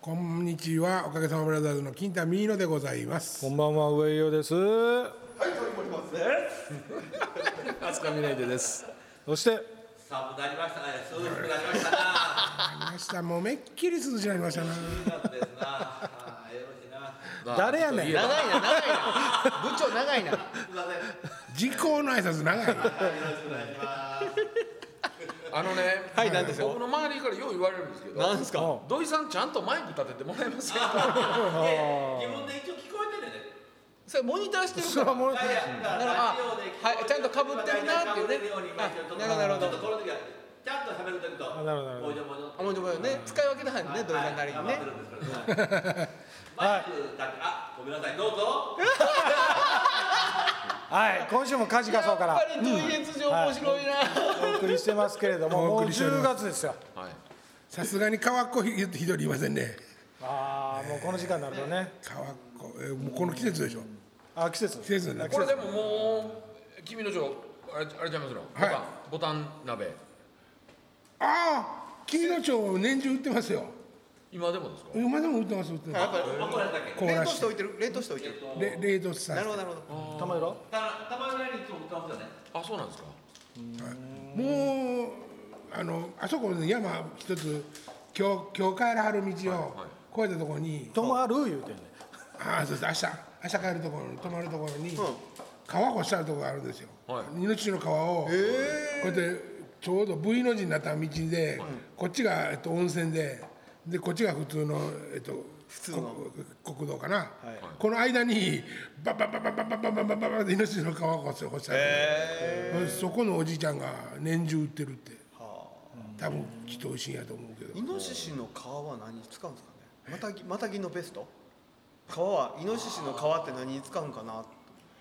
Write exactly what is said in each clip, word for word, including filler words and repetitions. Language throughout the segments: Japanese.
こんにちは、おかげさまブラザーズの金田美乃でございます。 こんばんは、上井雄です。 はい、鳥森松です。 飛鳥峰秀です。そして寒くなりましたね。涼しくなりましたな。 ありました。もうめっきり涼しくなりましたな。 いい夏ですな。あーよろしいな。 誰やねん。 長いな、長いな。部長長いな。 すみません。 時効の挨拶長い。 よろしくお願いします。 あのね、 はい、なんですよ。 僕の周りからよう言われるんですけど、 なんですか。 土井さんちゃんとマイク立ててもらえませんか。 自分で一応聞こえてるね。 それモニターしてるから。 それはもういやいや、だからラジオではい、ちゃんと被ってるなっていうね。 なるほどなるほど。ちょっとこの時はちゃんと喋る時と。 なるほどなるほど。 もうちょもうちょあ、もうちょもうちょね、使い分けたはんね、土井さんなりにね。 マイクだけ、あ、ごめんなさい、どうぞ。 はい、今週もカジカソからやっぱり土井越上面白いな。 お送りしてますけれども、もうじゅうがつですよ。 さすがに川っ子ひ一人いませんね。 ああ、もうこの時間になるとね。 川っ子、えー、もうこの季節でしょ。 あ、季節。 季節になって。 これでももう君の城あれあれちゃいますの。 はいボタンボタン鍋。 ああ、君の町年中売ってますよ。 今でもですか。 今でも売ってます売ってます。 やっぱり冷凍しておいてる、冷凍しておいてる。 れ冷凍させて。 なるほどなるほど。 玉色。 たたまにいつも売ってますよね。 あ、そうなんですか。 もうあのあそこの山一つ今日今日帰らはる道を越えたところに、 泊まる言うてんね。 ああそうです、明日明日帰るところに泊まるところに、 ん川越してあるところがあるんですよ。 はい命の川をこうやってちょうど V の字になった道で、こっちが、えっと、温泉ででこっちが普通の、えっと、 普通のこ国道かな、この間にバババババババババババって命の川を越してある、そこのおじいちゃんが年中売ってるって、多分きっと美味しいんやと思うけど。 イノシシの皮は何に使うんですかね。またぎまたぎのベスト。皮はイノシシの皮って何に使うんかな。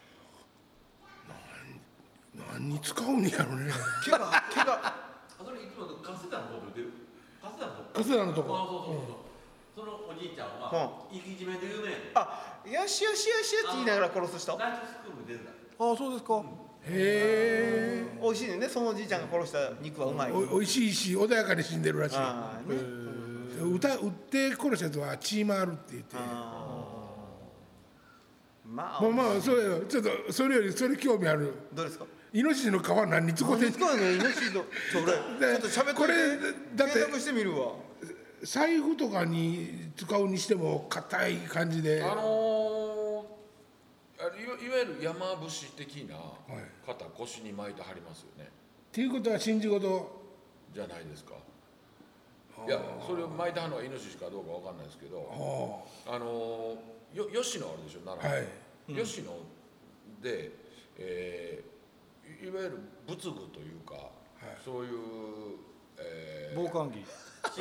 何に使うんやろね。 毛が毛が。 あ、それいつもカステラのこと言ってる。カステラのこと。 カステラのとそうこ。 そうそうそう。そのおじいちゃんは生き締めで有名。 あ、よしよしよしって言いながら殺す人。 ナイトスクール出るんだ。 あ、そうですか。 へえ。 美味しいねんね、そのおじいちゃんが殺した肉はうまい。 お美味しいし穏やかに死んでるらしい。 ああね。 歌売って殺したやつは血回るって言って。 まあまあまあそれちょっとそれよりそれ興味ある。 どうですか。 イノシシの皮何に使ってんの。 何使うのイノシシの。ちょ俺ちょっと喋ってこれだって検索してみるわ。 財布とかに使うにしても硬い感じで。 あのー、あれいわいわゆる山伏的な肩、腰に巻いてはりますよね。 っていうことは信じ事じゃないですか。いや、それを巻いてはるのはイノシシかどうかわかんないですけど、あのー、よ吉野あるでしょ、奈良の、はい、吉野で、えー、いわゆる仏具というか、はい、そういう、えー、 防寒着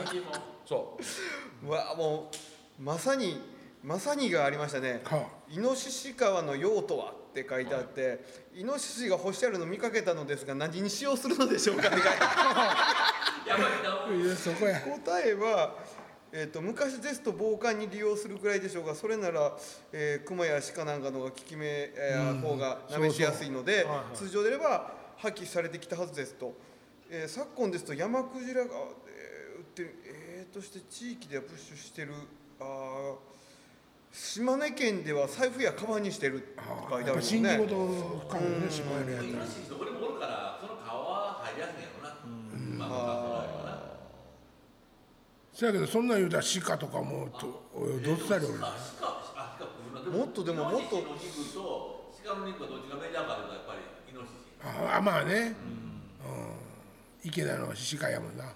そううわもうまさにまさにがありましたね、はあ、イノシシ皮の用途はって書いてあって、はい、イノシシが干してあるのを見かけたのですが何に使用するのでしょうかって書いてやばいな。 そこや答えは、えー、と昔ですと防寒に利用するくらいでしょうが、それなら、えー、クマやシカなんかのが効き目や方がなめしやすいので、通常であれば破棄されてきたはずですと、えー、昨今ですと山クジラが、えー、売ってる、えー、として地域ではプッシュしてる、あ島根県では財布やカバンにしてるって書いてあるんですね。 信じ事かもね、島根のやイノシシどこでもおるからその皮は入りやすいんやろな。うん、まあまあそうだよな。 そやけどそんなん言うたら鹿とかもどっさりおる。 もっとでももっとイノシシの肉と鹿の肉はどっちがメジャーかというとやっぱりイノシシ。 ああまあね、うんうん、池田の鹿やもんな。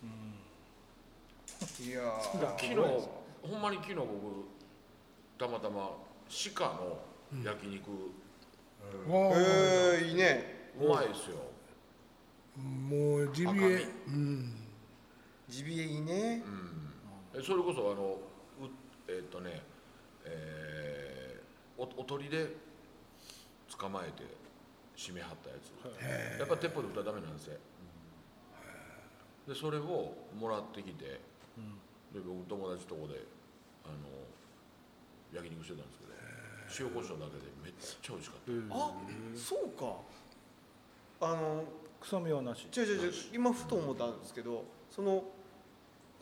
いや昨日ほんまに昨日僕たまたま鹿の焼肉、 うん、へえいいね、 うまいですよ。 もうジビエ、うん、 ジビエいいね、 うん、それこそあのうえー、っとね、えー、お, おとりで捕まえて締めはったやつ、やっぱ鉄砲で撃ったらダメなんですよ。でそれをもらってきて、うん、で僕友達とこであの焼肉してたんですけど、塩コショウだけでめっちゃ美味しかった。 あ、そうか。あの臭みはなし。 違う違う違う、今ふと思ったんですけど、その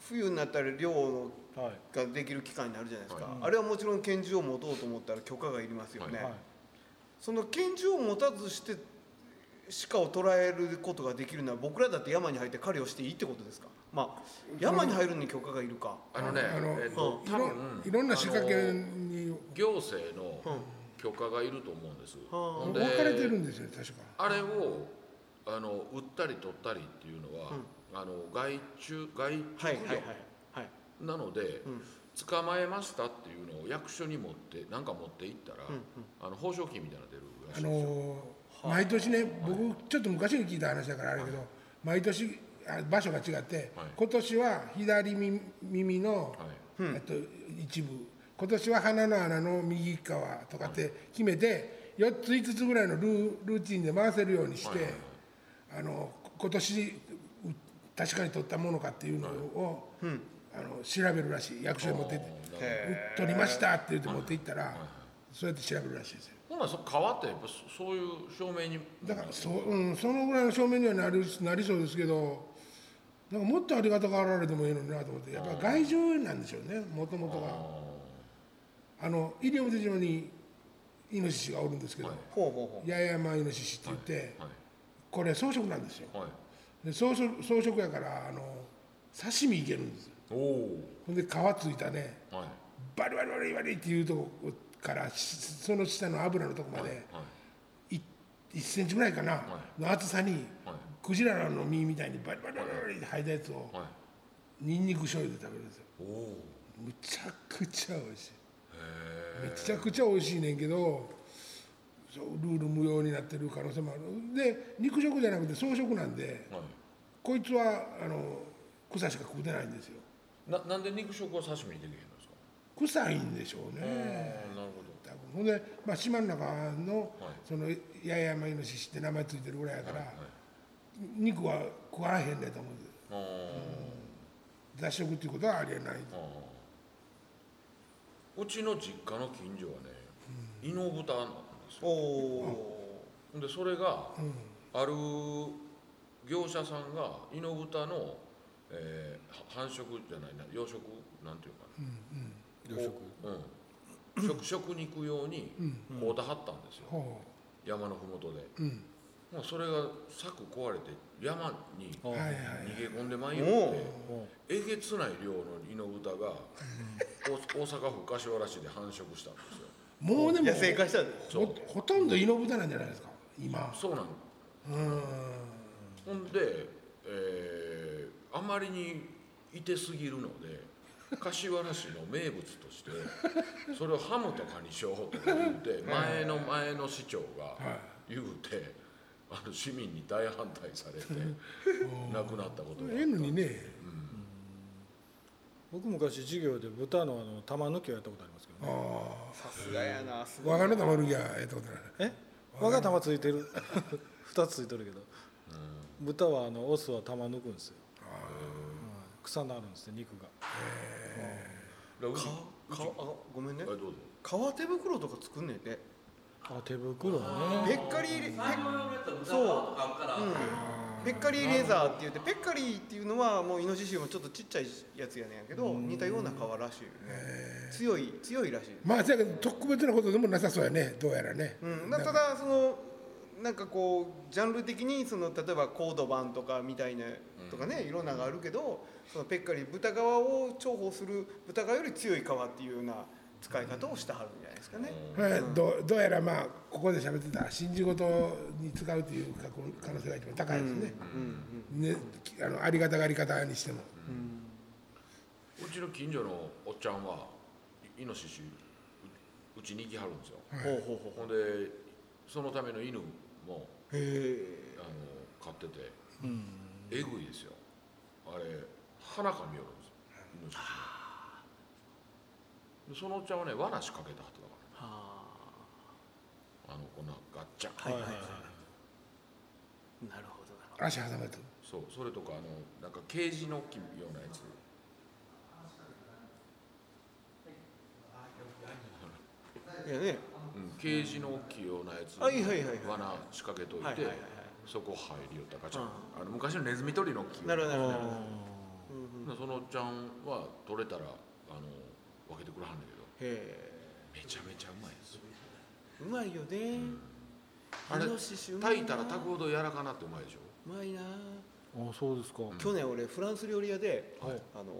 冬になったら猟のはいができる期間になるじゃないですか、 はいあれはもちろん拳銃を持とうと思ったら許可がいりますよね、 はいその拳銃を持たずして鹿を捕らえることができるのは僕らだって山に入って狩りをしていいってことですか。まあ山に入るのに許可がいるか。 あのね、 あのえっと、 いろ多分いろんな仕掛けあのに行政の許可がいると思うんです。 はあほんで分かれてるんですよ確か。 あれをあの売ったり取ったりっていうのは、あの外注外はい注はいはい漁はい。 なので、 うん捕まえましたっていうのを役所に持ってなんか持っていったら、 うんうんあの報奨金みたいなの出るらしあいですよ。 の毎年ね僕ちょっと昔に聞いた話だからあれだけど毎年あ場所が違って、 はい今年は左耳耳の、 はいえっと、一部今年は鼻の穴の右側とかって決めてよっついつつぐらいのルールーティンで回せるようにして、 はいはいあの今年う確かに取ったものかっていうのを、あの調べるらしい役所に持ってってへ取りましたって言って持っていったら、そうやって調べるらしいですよ。 ほんならそ川ってやっぱそそういう証明にだからそ,、うん、そのぐらいの証明にはなりなりそうですけどなんかもっとありがたがられてもいいのになと思ってやっぱ害獣なんでしょうねもともとが。あの西表島にイノシシがおるんですけど、 はいほうほうほ八重山イノシシって言って、 はいこれ草食なんですよ。 はいで草食草食やからあの刺身いけるんですよ。 おおほんで皮ついたねはいバリバリバリバリっていうとこからしその下の油のとこまで、 はいいいっセンチぐらいかな、の厚さに、 はいクジラの身みたいにバリバリバリバリって剥いだやつを、 はいニンニク醤油で食べるんですよ。 おおむちゃくちゃ美味しい。 へめちゃくちゃ美味しいねんけどそうルール無用になってる可能性もある。で肉食じゃなくて草食なんでえ、はい、 こいつはあの草しか食うてないんですよ。 ななんで肉食は刺身にできへんのですか。 臭いんでしょうね。 ああなるほど。 多分ほんで、まあ、島の中の、 はいその八重山イノシシって名前ついてるぐらいやから、 はいはい肉は食わへんねんと思う。 あー雑食っていうことはありえない。 あーうちの実家の近所はね、イノブタなんですう。 よ。 おおほんでそれが、ある業者さんがイノブタの、えーは繁殖じゃないな養殖なんていうかな、 養殖うん、食食肉用にこうだはったんですよ、 ほ山のふもとで、 う、うん、 まあ、それが柵壊れて山にあはいはい逃げ込んでまいよおっておえげつない量のイノブタが大大阪府柏原市で繁殖したんですよ。 もうでも野生化したんでそうほほとんどイノブタなんじゃないですか今。 そうなの。 うんほんで、えーあまりにいてすぎるので柏原市の名物としてそれをハムとかにしようとか言うて前の前の市長が言うてあの市民に大反対されて亡くなったことがあった。 ええのにね。 僕昔授業で豚のあの玉抜きをやったことありますけどね。 あさすがやなすあ我がの玉るぎはええとこだな。 え我が玉ついてるふたつついてるけど、豚はあのオスは玉抜くんですよ。うん臭なるんですね肉が。 だからうちかかあごめんねあどうぞ。 革手袋とか作んねんてあ手袋ね。 ペッカリーレペ買い物のやつは豚そう革とかあるから、 ペッカリーレザーって言ってペッカリーっていうのはもうイノシシよりもちょっとちっちゃいやつやねんやけど似たような革らしいよね強い強いらしい、 まあだけど特別なことでもなさそうやねどうやらね。 うん、だただそのなんかこうジャンル的にその例えばコードバンとかみたいなとかねいろんなのがあるけどそのペッカリー豚革を重宝する豚革より強い革っていうような使い方をしてはるんじゃないですかね。 はいどうどうやらまあここで喋ってた信じ事に使うというか可能性が一番高いですね。ねあのありがたがり方にしても。 うちの近所のおっちゃんはイノシシううちに行きはるんですよ。 ほうほうほうほんでそのための犬もへえあの飼ってて、えぐいですよあれ鼻かみよるんですよイノシシのでそのおっちゃんはね罠仕掛けたはっただからあのこんなガッチャン、 はいはいはいなるほどなるほ足挟めと。 そうそれとかあのなんかケージの大きいようなやつどいやねうん、ケージの大きいようなやつにはいはいはいはい罠仕掛けといて、 はいはいはいはいそこ入りよったガチャン、あの昔のネズミ捕りの大きいなるほどなるほどなるほどあうんうんそのちゃんは取れたらあの分けてくれはんだけど、 へめちゃめちゃうまいですよ。 えうまいよね、 あれイノシシうまいな炊いたら炊くほど柔らかなってうまいでしょ。 うまいな。 あ、そうですか。 去年俺フランス料理屋で、 はいあの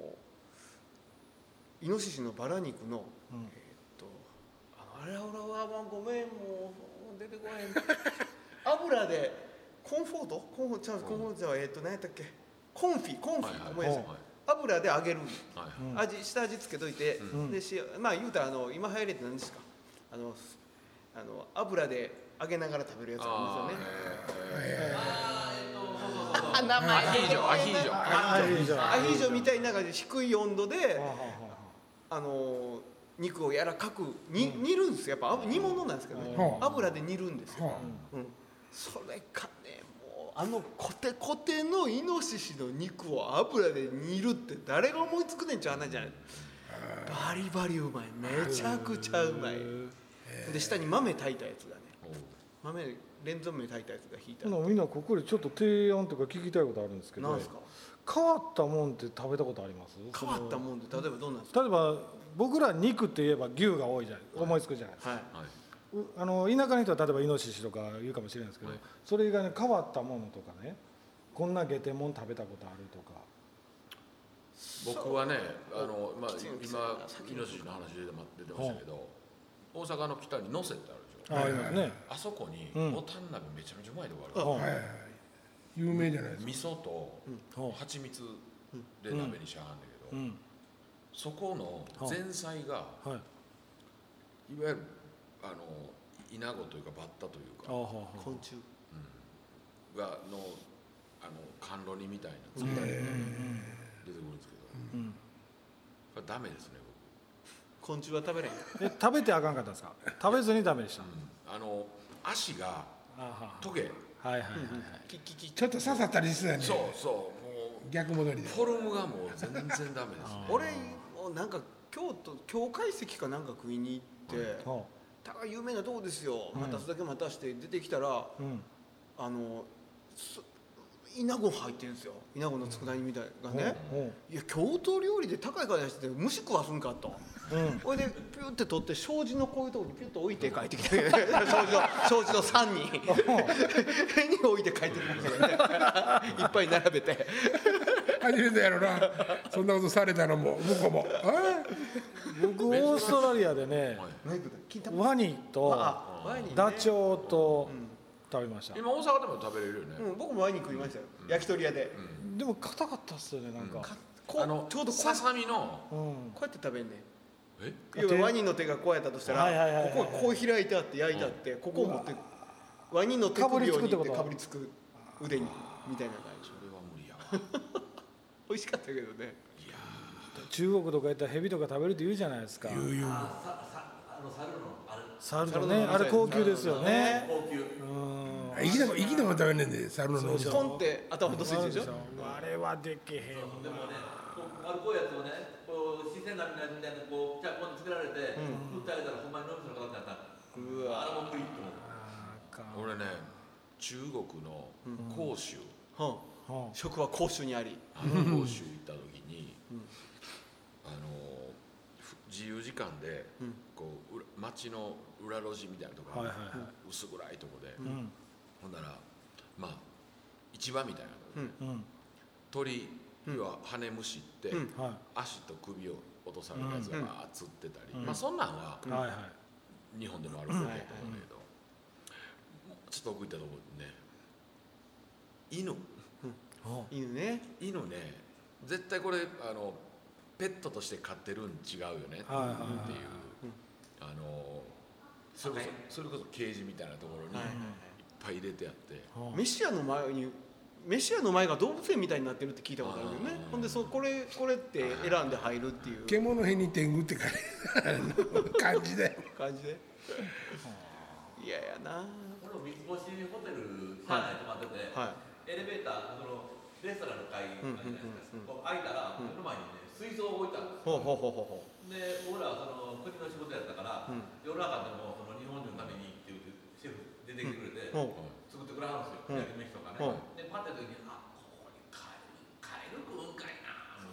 イノシシのバラ肉の、 うんえーっとあのあれほらわごめんもう出てこへん油でコンフォートコンフォートちゃうコンフォートじゃえーっと何やったっけコンフィコンフィ、 はいはいごめんなさい、 はい油で揚げる、 はいうん味下味つけといて、 んでしまあ言うたらあの今流行りって何ですか、あのあの油で揚げながら食べるやつあるんですよね。あ名前アヒージョアヒージョあ、いいじゃん。 アヒージョみたいな感じで低い温度ではあはあはあの肉を柔らかくに、煮るんですよ。やっぱ煮物なんですけどね、 はあ油で煮るんですよ、 はうん、それかねもうあのコテコテのイノシシの肉を油で煮るって誰が思いつくねんちゃう話じゃない。バリバリうまい、めちゃくちゃうまい。で下に豆炊いたやつがね、豆レンズ豆炊いたやつが引いた。 ほなみんなここでちょっと提案とか聞きたいことあるんですけど、 なんですか。 変わったもんって食べたことあります？ 変わったん。 もんで例えばどんなんですか。 例えば僕ら肉って言えば牛が多いじゃない、思いつくじゃないですか。 はい。 はい。 うあの田舎の人は例えばイノシシとか言うかもしれないですけど、 はいそれ以外に変わったものとかね、こんな下手もん食べたことあるとか。 僕はね、あのまあきついのきつい今なさっきのイノシシの話出てま出てましたけど、大阪の北に能勢ってあるでしょ。 あありますね。 あそこにうんボタン鍋めちゃめちゃうまいとこある。 はいはいはいはい有名じゃないですか。 味噌とうん蜂蜜で鍋にしはんだけど、 うん。 そこの前菜がはい。 いわゆるあのイナゴというかバッタというかああはあはあ。 昆虫。 がのあの甘露煮みたいなつけたり出てくるんですけど、 うん。 これダメですね昆虫は食べれん。 え、食べてあかんかったんですか？食べずにダメでした。 僕。あの足があはトゲ、 はいはいはいはい。 キキキ。 ちょっと刺さったりしてたね。 そうそうもう逆戻りで。 フォルムがもう全然ダメですね。 俺もなんか京都京懐石かなんか食いに行って、 は高い有名なとこですよ。待たすだけ待たして出てきたら、 あ。うん。 あのすイナゴ入ってるんですよ。イナゴの佃煮みたいなね。 うん。 いや京都料理で高いからして虫食わすんかと。 うん。 これでピュッて取って障子のこういうところにピュッと置いて帰ってきて障子の障子のさんにに置いて帰ってきましたね。いっぱい並べて。 初めてやろな。そんなことされたのも向こうも。あ僕オーストラリアでね、 何食った？金玉。 ワニとあ、ワインね。 ダチョウと食べました。 今大阪でも食べれるよね。 うん、僕もワイン食いましたよ。焼き鳥屋で。 でも硬かったっすよねなんか。 こうあのちょうどこうささみのうん。 こうやって食べんねん。 え要はワニの手がこうやったとしたら、 はいはいはいはいこここう開いてあって焼いてあって、ここを持ってワニの手首を握ってかかぶりぶりつく腕にみたいな感じ。 それは無理やわ。 美味しかったけどね。 中国とか行ったらヘビとか食べるって言うじゃないですか。 言う言う。 あささあの猿のあれ猿とね、 猿のあれ高級ですよね。 高級うん。 生きでも生きでも食べんねんで猿の脳みそ。 ポンって頭とついてるでしょ。 あれはでけへんでもねこうあるこういうやつをねこう視線がみたいなこうチャッコにつけられて振ってあげたらほんまに脳みその形になったうわ。 あれもクリッとあかん。 俺ね中国の広州、 ははあ、食は甲州にあり。 あの広州行った時に、あのふ自由時間で、 うんこううら街の裏路地みたいなところ、 はいはいはい薄暗いところで、 あ。うんほんならまあ市場みたいなところで、 うん鳥は羽むしって、 うんは足と首を落とされるやつがバーッ釣ってたり、 うんまあそんなんは、 いはいはい。 日本でもあることだと思うんだけど、もうちょっと奥行ったところでね犬は犬ね。 犬ね絶対これあのペットとして飼ってるん違うよねっていう、 はいはいはいあのそれこそそれこそケージみたいなところにいっぱい入れてあって、 あ。 メシアの前にメシアの前が動物園みたいになってるって聞いたことあるよね。ほんでそうこれこれって選んで入るっていう獣編に天狗って書いてある感じで。 感じで。いややな。 この三つ星ホテル車内泊まってて、 はエレベーターそのレストランの階あるじゃないですか、こう開いたら目の前にね水槽を置いたんですい。ほうほうほうほうほで僕らはその国の仕事やったから、 うん夜中でもその日本人のためにって言ってシェフ出てきてくれて、 う。ほ作ってくれはるんですよ、 うん焼き飯とかね、 うでパッてやった時にあここにカエルカエル食うんかいな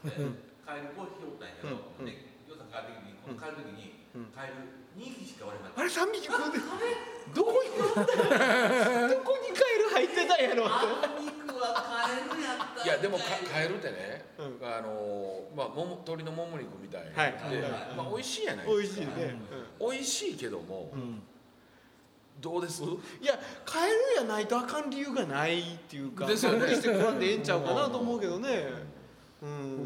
ってカエルごひきおったんやけど、でヨウさん帰る時にこの帰る時にカエルにひきしかおれなかった。 あれさんびき食うてどこにどこにカエル入ってたんやろって。 あの肉はカエルやったんいやでもカカエルってね、あのまあもも鶏のもも肉みたいで、まあ美味しいやないですか。 美味しいね。 美味しいけども、どうです？ いやカエルやないとあかん理由がないっていうか、 ですよね無理して食わんでええんちゃうかなと思うけどね。うん。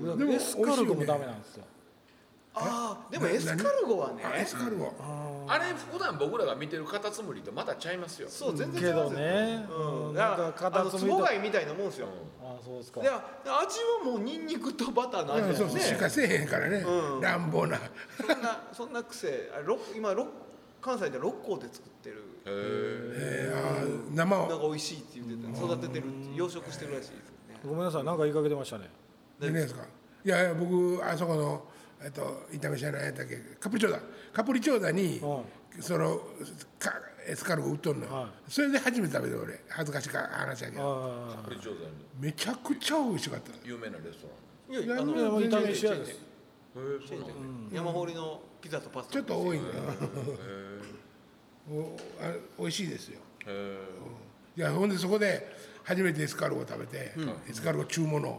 僕エスカルゴもダメなんですよ。 ああでもエスカルゴはね。 エスカルゴ。 あれ普段僕らが見てるカタツムリとまたちゃいますよ。 そう全然け違いますよ。 どね、 うん。 なんかカタツムリと。 つぼ貝みたいなもんですよ。 ああそうですか。 いや味はもうニンニクとバターの味ですそうそうしね。 かせえへんからね、乱暴な。 そんなそんな癖あれろ今ろ関西で六甲で作ってる。 へえ。 えー、あー生をなんか美味しいって言ってて育ててるって養殖してるらしいですよね。 ごめんなさいなんか言いかけてましたね。 何ですか。いやいや僕あそこのえっと炒めしゃないやったっけカプリチョーダカプリチョーダに、うん、そのかエスカルゴ売っとんの、はい、それで初めて食べて俺恥ずかしいか話やけどカプリチョーダにめちゃくちゃ美味しかった。 有名なレストラン。いやあの炒めし屋です。 へえそうなんだ。 山堀のピザとパスタちょっと多いんだよ。おあ美味しいですよ。へえ。いやほんでそこで初めてエスカルゴ食べて、うん、エスカルゴ中物、はい、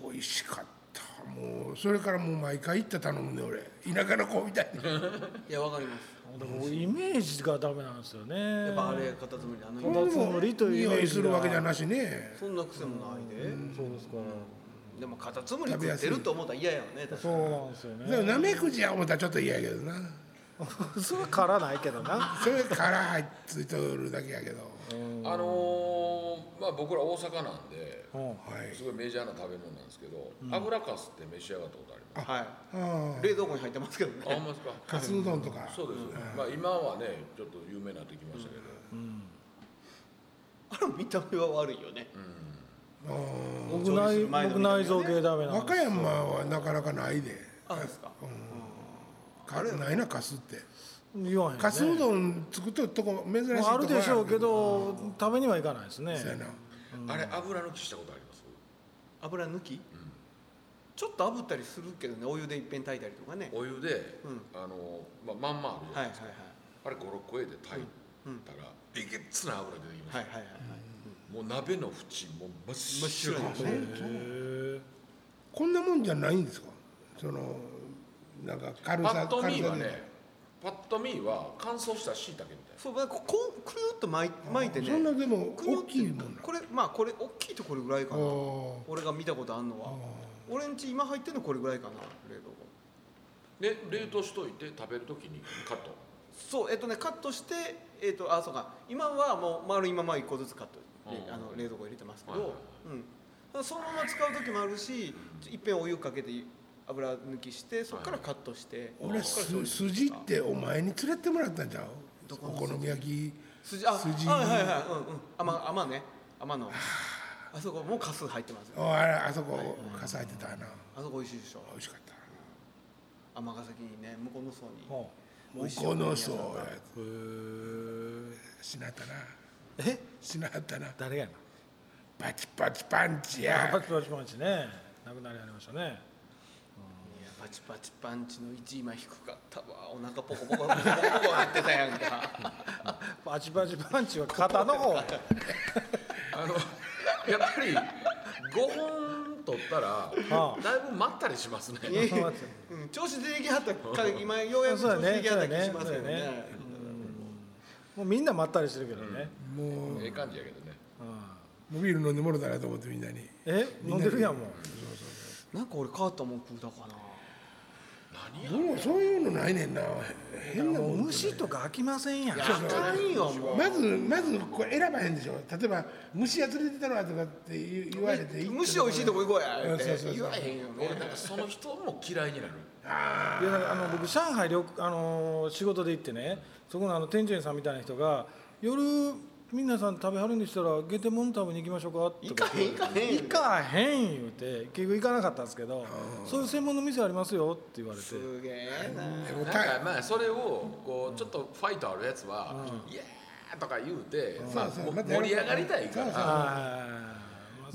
美味しかった。もうそれからもう毎回行った頼むね俺田舎の子みたいに。 いやわかります。 でもイメージがダメなんですよね。 やっぱあれカタツムリあのカタツムリというイメージするわけじゃなしね。 そんな癖もないで。 そうですか。 でもカタツムリ食ってると思ったら嫌やよね。 そうなんですよね。 でもナメクジや思ったらちょっと嫌やけどな。 それは殻ないけどな。 それ殻入っついとるだけやけど。 あのー、まあ僕ら大阪なんで、はい、すごいメジャーな食べ物なんですけど、うん、油かすって召し上がったことあります。 はい。冷蔵庫に入ってますけどね。 あ、ほんまですか。 かすうどんとか。 そうです。うん、まあ今はねちょっと有名になってきましたけど。うん、 あの見た目は悪いよね。 うん、僕内僕内臓系ダメなんです。 和歌山はなかなかないで。 あ、ですか。うんあれないなかすって言わへんね。 かすうどん作っとるとこ珍しいとこあるでしょうけど食べにはいかないですね。 そうやな、うん、あれ油抜きしたことあります？ 油抜き、うん、ちょっと炙ったりするけどね。お湯でいっぺん炊いたりとかね。 お湯で、うん、あの、まあ、まんまあるじゃないですか、はいはいはい、あれごろっこえで炊いたら、うん、えげつな油出てきます、はいはいはいはい、もう鍋の縁も真っ白ですね。 こんなもんじゃないんですか？そのなんか軽さ、 パッと見はね、パッと見は乾燥した椎茸みたいな。 そう、こうくるっと巻い巻いてね。 そんなでも大きいもんな。 これまあこれ大きいとこれぐらいかな。俺が見たことあるのは。俺んち今入ってるのこれぐらいかな冷凍庫。 で冷凍しといて食べるときにカット。 そうえっとねカットしてえっとあそうか今はもう丸いまま一個ずつカットであの冷蔵庫入れてますけど、うん。そのまま使う時もあるし、いっぺんお湯かけて。油抜きしてそこからカットして、 はい、俺す筋ってお前に連れてもらったんじゃん。お好み焼き筋あ筋はいはいはいうんうん甘甘ね甘のあそこもうカス入ってますよ、 ね、あれあそこカス入ってたな、うん、 あそこ美味しいでしょ。 美味しかった尼崎にね向こうの層に向こうの層やつしなったなえしなったな誰やなパチパチパンチやパチパチパンチねなくなりありましたね。 パチパチパンチの位置今低かったわ。お腹ポコポコポコポコなってたやんか。 パチパチパンチは肩の方。 あのやっぱりごほん取ったらだいぶ待ったりしますね。 うん、調子出てきはったから今ようやく調子出てきはった気しますよね。 もうみんな待ったりしてるけどね。 もうええ感じやけどね。 もうビール飲んでもろたらと思ってみんなに。 え飲んでるやんもう。 なんか俺変わったもん食うたかな。 どうもそういうのないねんな。 変なもん虫とか飽きませんやん。 まずまずこれ選ばへんでしょ。例えば虫や連れてたのとかって言われて虫美味しいとこ行こうやって言わへんよね。 俺なんかその人も嫌いになる。 あいやあの僕上海旅あの仕事で行ってねそこのあの店長さんみたいな人が夜皆さん食べはるんでしたらゲテモン食べに行きましょうか行かへん行かへん行かへん言うて結局行かなかったんですけどそういう専門の店ありますよって言われてすげえな。 なんかまあそれをこうちょっとファイトあるやつはイエーとか言うてまあ盛り上がりたいから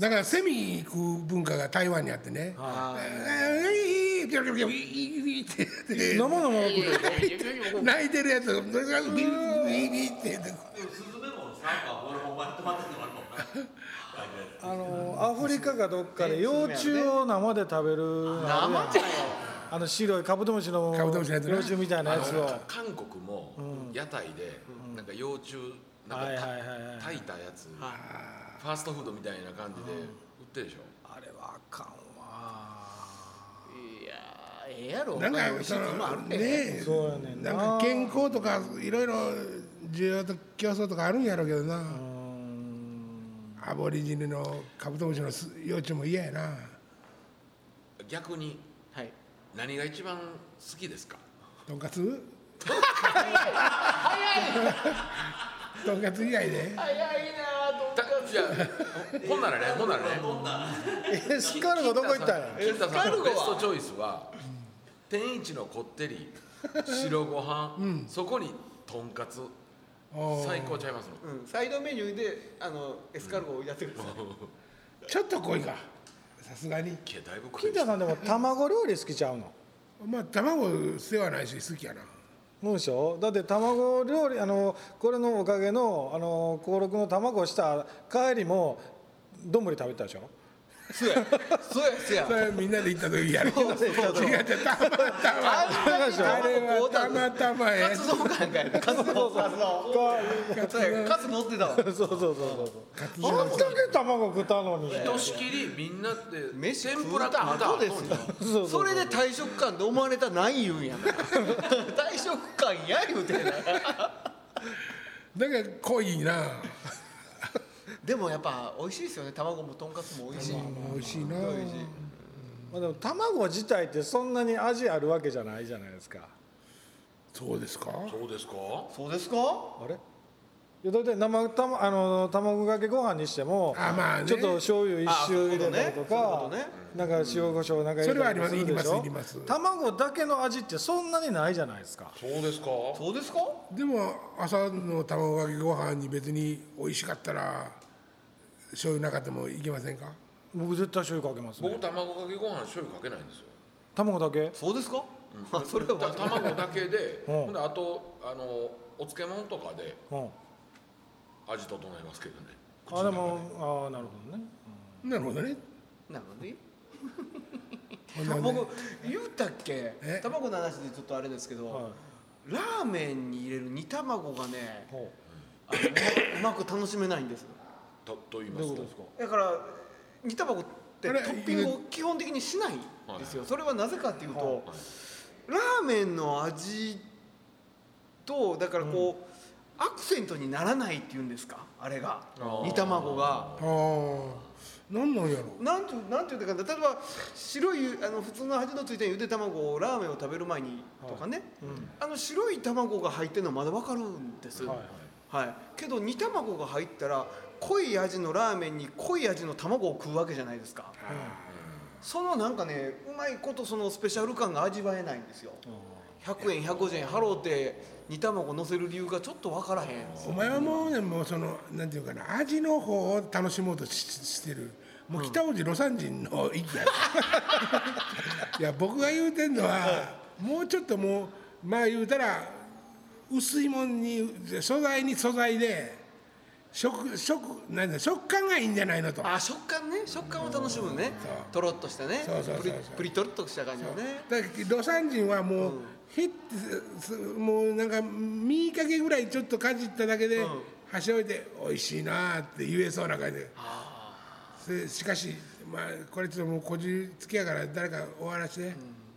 だからセミ食う文化が台湾にあってね、えー、ビョビョビョビーって生々食う泣いてるやつがビービービービーってスズメも三か俺ほんまに止まってるのあるもんな。 あのアフリカかどっかで幼虫を生で食べるのあるやん。あの白いカブトムシのカブトムシのやつな幼虫みたいなやつを韓国も屋台でなんか幼虫なんかはいはいはいはい炊いたやつファーストフードみたいな感じで売ってるでしょ。 あれはあかんわ。 いやーええやろなんか美味しいそののもあるねねそうやねんな。 なんか健康とかいろいろ需要と競争とかあるんやろうけどな、 うーんアボリジニのカブトムシの幼虫も嫌やな。 逆にはい何が一番好きですか？ とんかつとんかつ以外で早いなたいやほんならねほんならねエスカルゴどこ行ったんや。 金田さんのベストチョイスは天一のこってり白ご飯、そこにとんかつおー最高ちゃいますの。 うんサイドメニューであのエスカルゴをやってくださいちょっと濃いかさすがに。 いやだいぶ濃い金田さんでも卵料理好きちゃうの？ まあ卵世話ないし好きやな。 そうでしょ。だって卵料理あのこれのおかげのあの登録の卵した帰りも丼食べたでしょ。 そうやそうやそうやそれみんなで行った時やるけど違う違うたまたまあれはたまたまやカツ丼感かやカツ丼カツ丼そうやカツ乗ってたわそうそうそうそう。あんだけ卵食ったのに。 ひとしきりみんなで飯天食うたぷら食った後ですよそうそうそれで大食感で思われたらない言うんや大食感や言うてんなだから濃いな。 でもやっぱ美味しいですよね卵もとんかつも美味しい美味しいな。 美味しいまあでも卵自体ってそんなに味あるわけじゃないじゃないですか。 そうですか。 そうですか？ そうですかあれ？いやだって生たまあの卵かけご飯にしても、 あまあねちょっと醤油一周入れたりとそういうかことね、 なんか塩コショウなんか入れたりとかするでしょ。 それはありますいりますいります卵だけの味ってそんなにないじゃないですか。 そうですか？ そうですかでも朝の卵かけご飯に別に美味しかったら醤油なかったもいけませんか。 僕絶対醤油かけますね僕。卵かけご飯醤油かけないんですよ。 卵だけ？ そうですかあそれはた卵だけで、 うんほんであとあのお漬物とかでうん。 味整えますけどね。 あでもあなるほどね。 なるほどね。 なのでほんならね僕言うたっけえ卵の話でちょっとあれですけど、 はラーメンに入れる煮卵がねい。ほあのうまうまく楽しめないんですとと言いうますとどういうことですか？ だから煮卵ってトあれッピングを基本的にしないんですよ、それはなぜかっていうと、 はいラーメンの味とだからこう、アクセントにならないっていうんですかあれがあー煮卵がああ、なんなんやろ。 なんてなんていうか例えば白いあの普通の味のついたゆで卵をラーメンを食べる前にとかね、あの白い卵が入ってるのはまだ分かるんです、 はいはいけど煮卵が入ったら濃い味のラーメンに濃い味の卵を食うわけじゃないですか、そのなんかねうまいことそのスペシャル感が味わえないんですよ、ひゃくえんひゃくごじゅうえん払うて煮卵乗せる理由がちょっと分からへんお前はもうねもうそのなんていうかな味の方を楽しもうとししてる。もう北大路魯山人の域や。いや僕が言うてんのはもうちょっともうまあ言うたら薄いもんに素材に素材で食食なんだ食感がいいんじゃないのと。 あ食感ね食感を楽しむねとろっとしたねそうそうそうそうプリプリとろっとした感じのねだから魯山人はもう、ひってすもうなんか身かけぐらいちょっとかじっただけで、 うん箸置いて美味しいなーって言えそうな感じで。でしかしまあこれちょっともうこじつけやから誰かお話して、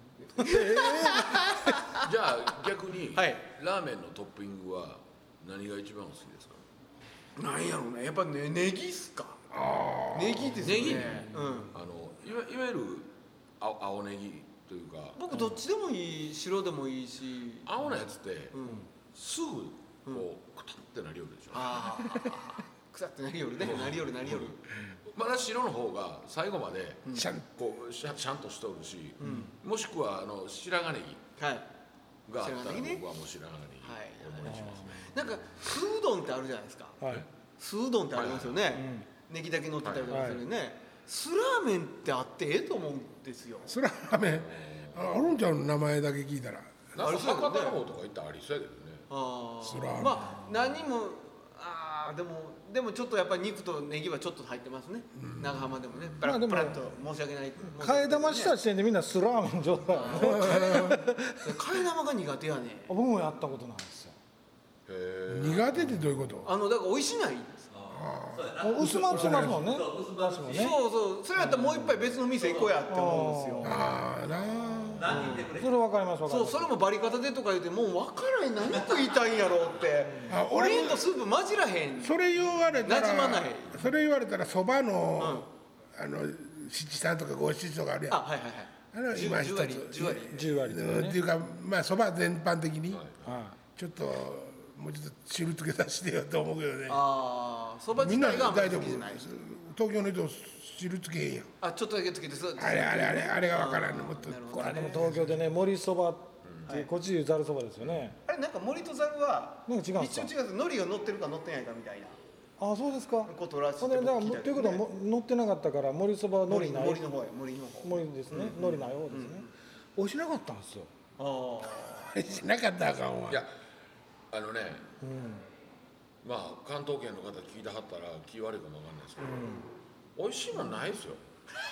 じゃあ逆に、 はいラーメンのトッピングは何が一番お好きですか？ なんやろうねやっぱねネギっすかネギですよねネギうんあのいわいわゆる青青ネギというか僕どっちでもいい白でもいいし青のやつって、 うんすぐこうクタってなりよるでしょ、 ああ腐ってなりよるねなりよるなりよるまだ白の方が最後までシャンこうシャシャンとしとるし、もしくはあの白髪ネギはいがあったら白髪ネギね僕はもう白髪ネギはいをお願いしますね。 なんか酢うどんってあるじゃないですかはい。 酢うどんってありますよね、 ネギだけ乗ってたりとかするね、酢ラーメンってあってええと思うんですよ。 それはラーメンあるんちゃうの名前だけ聞いたら。 なんか博多の方とか行ったらありそうやけどね。 あそらまあ何もあーでもでもちょっとやっぱり肉とネギはちょっと入ってますね、長浜でもねプラまあでもップラッと申し訳ない替え玉した時点でみんなスラーメン状態替え玉が苦手やね僕もやったことないですよ。 苦手ってどういうこと？ あのだから美味しない薄まってますもんね。 そうそうそれやったらもう一杯別の店行こうやって思うんですよ。 ああなあ。 それ分かります分かります。 そうそれもバリ方でとか言ってもう分からへん何食いたいんやろうってあ俺麺とスープ混じらへん。 それ言われたら馴染まないそれ言われたらそばの、あの七三とか五七とかあるやん。 あはいはいはいあの今一つじゅう割じゅう割じゅう割ですね。 っていうかまあそば全般的にはちょっともうちょっと汁つけさせてよと思うけどね。 ああそばみんな自体があんまり大丈夫好きじゃない。 東京の人汁つけへんやん。 あちょっとだけつけてそうあれあれあれあれがわからんのもっとこい。でも東京でね盛りそばってこっちでざるそばですよね。 あれなんか森とざるはなんか違うんですか一応違うんです。海苔が乗ってるか乗ってないかみたいなあそうですか。 ことらしいそれだからということはも乗ってなかったから盛りそばは海森苔ない森の方や森の方。 盛りですね海苔ない方ですね。美味しなかったんですよ。 ああれしなかったらあかんわ。 いやあのね、まあ関東圏の方聞いてはったら気悪いかもわかんないですけど、美味しいもんないですよ。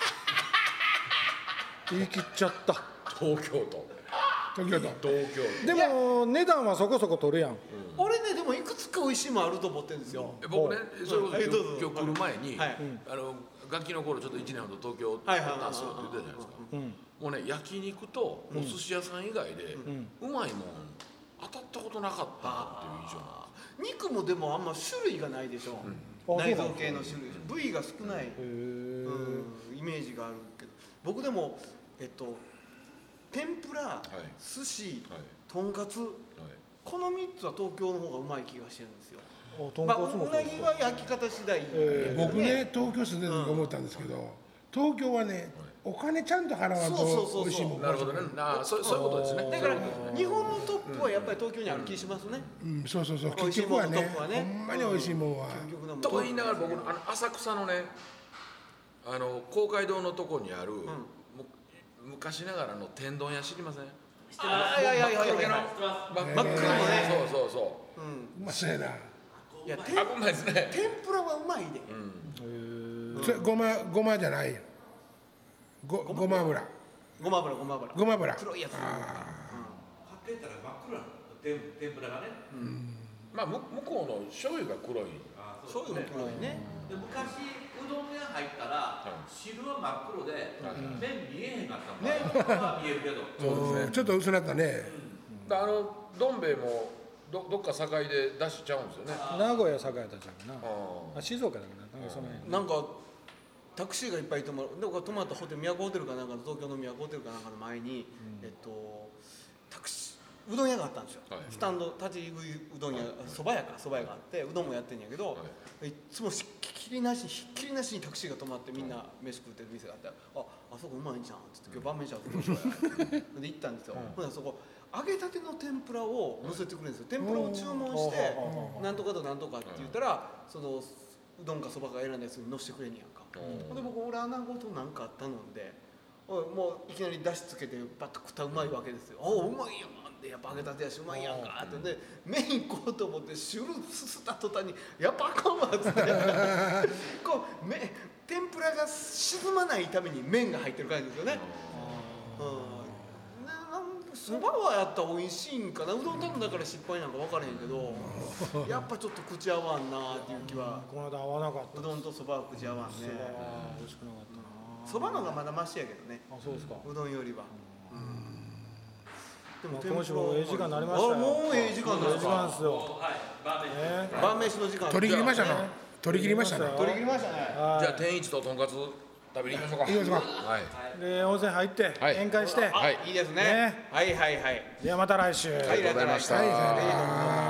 言い切っちゃった。 東京都東京都。 東京都でも値段はそこそこ取るやん。 あ俺ねでもいくつか美味しいもんあると思ってるんですよ。 え僕ねそれこそはいどうぞ今日今日来る前に、 はいあのガキの頃ちょっといちねんほど東京おったんですよって言ってたじゃないですか。もうね焼肉とお寿司屋さん以外で、うまいもん当たったことなかったなっていう印象なんですよ。 肉もでもあんま種類がないでしょ、 うん内臓系の種類部位が少ない、うんイメージがあるけど僕でもえっと天ぷら、寿司、とんかつこのみっつは東京の方がうまい気がしてるんですよ。まあ、うなぎは焼き方次第、 えー、僕ね東京住んでる時思ったんですけど、東京はねお金ちゃんと払わんそうそうそうそうと美味しいもん。 なるほどね。ああそうそういうことですね。 だから日本のトップはやっぱり東京にある気しますね。 うんそうそうそう美味しい結局はねもんのトップはねほんまに美味しいもんは。 結局のと言いながら僕のあの浅草のねあの公会堂のとこにある、も昔ながらの天丼屋知りません？ あいやいやいやいやいや真っ真っ黒のねそうそうそうまあそうやな。 いやう。あうまいですね。 天ぷらはうまいで、 それごまごまじゃないよ。ごごま油ごま油ごま油ごま油。 黒いやつ、 かけたら真っ黒なの天天ぷらがねまあ向向こうの醤油が黒い。 そういうの黒いね。 で昔うどん屋入ったら汁は真っ黒で麺見えへんかったもんね今は見えるけどそうですね。 ちょっと薄なったね。 あのどん兵衛もどどっか境で出しちゃうんですよね。 名古屋栄えたじゃんな。 ああ静岡だからなんかその辺。 なんかタクシーがいっぱい止まるで僕が泊まったホテル都ホテルかなんかの東京の都ホテルかなんかの前に、えっとタクシーうどん屋があったんですよ、 はいスタンド立ち食いうどん屋そば屋かそば屋があってうどんもやってんやけど、い、っつもひっきりなしひっきりなしにタクシーが止まってみんな飯食ってる店があって「ああそこうまいんじゃん」っつって「今日晩飯はここしようや」で行ったんですよ、ほんならそこ揚げたての天ぷらを乗せてくれるんですよ。天ぷらを注文してなんとかとなんとかって言ったらそのうどんかそばか選んだやつに乗せてくれんやんか。ほんで僕俺穴子となんか頼んでもういきなりだしつけてバッと食ったらうまいわけですよ。おおうまいやんでやっぱ揚げたてやしうまいやんかってで麺行こうと思って汁すすった途端にやっぱあかんわっつってこうめ天ぷらが沈まないために麺が入ってる感じですよね。そばはやったら美味しいんかな。うどん頼んだから失敗なんか分からへんけどやっぱちょっと口合わんなっていう気は。 この間合わなかった。 うどんとそばは口合わんね。 美味しくなかったな。 そばのがまだマシやけどね。 あそうですか。 うどんよりは。 でも今週もええ時間になりましたよ。 あもうええ時間ですええ時間か。 ですよ。 はい晩飯ね。 晩飯の時間。 取り切りましたの。取り切りましたね。 取り切りましたね。 じゃあ天一ととんかつ食べに行きましょうか。 行きましょうはい。 で温泉入ってはい宴会して。 はい。 いいですね。 ねはいはいはい。 ではまた来週。 はい、 ありがとうございました。 はいさよなら。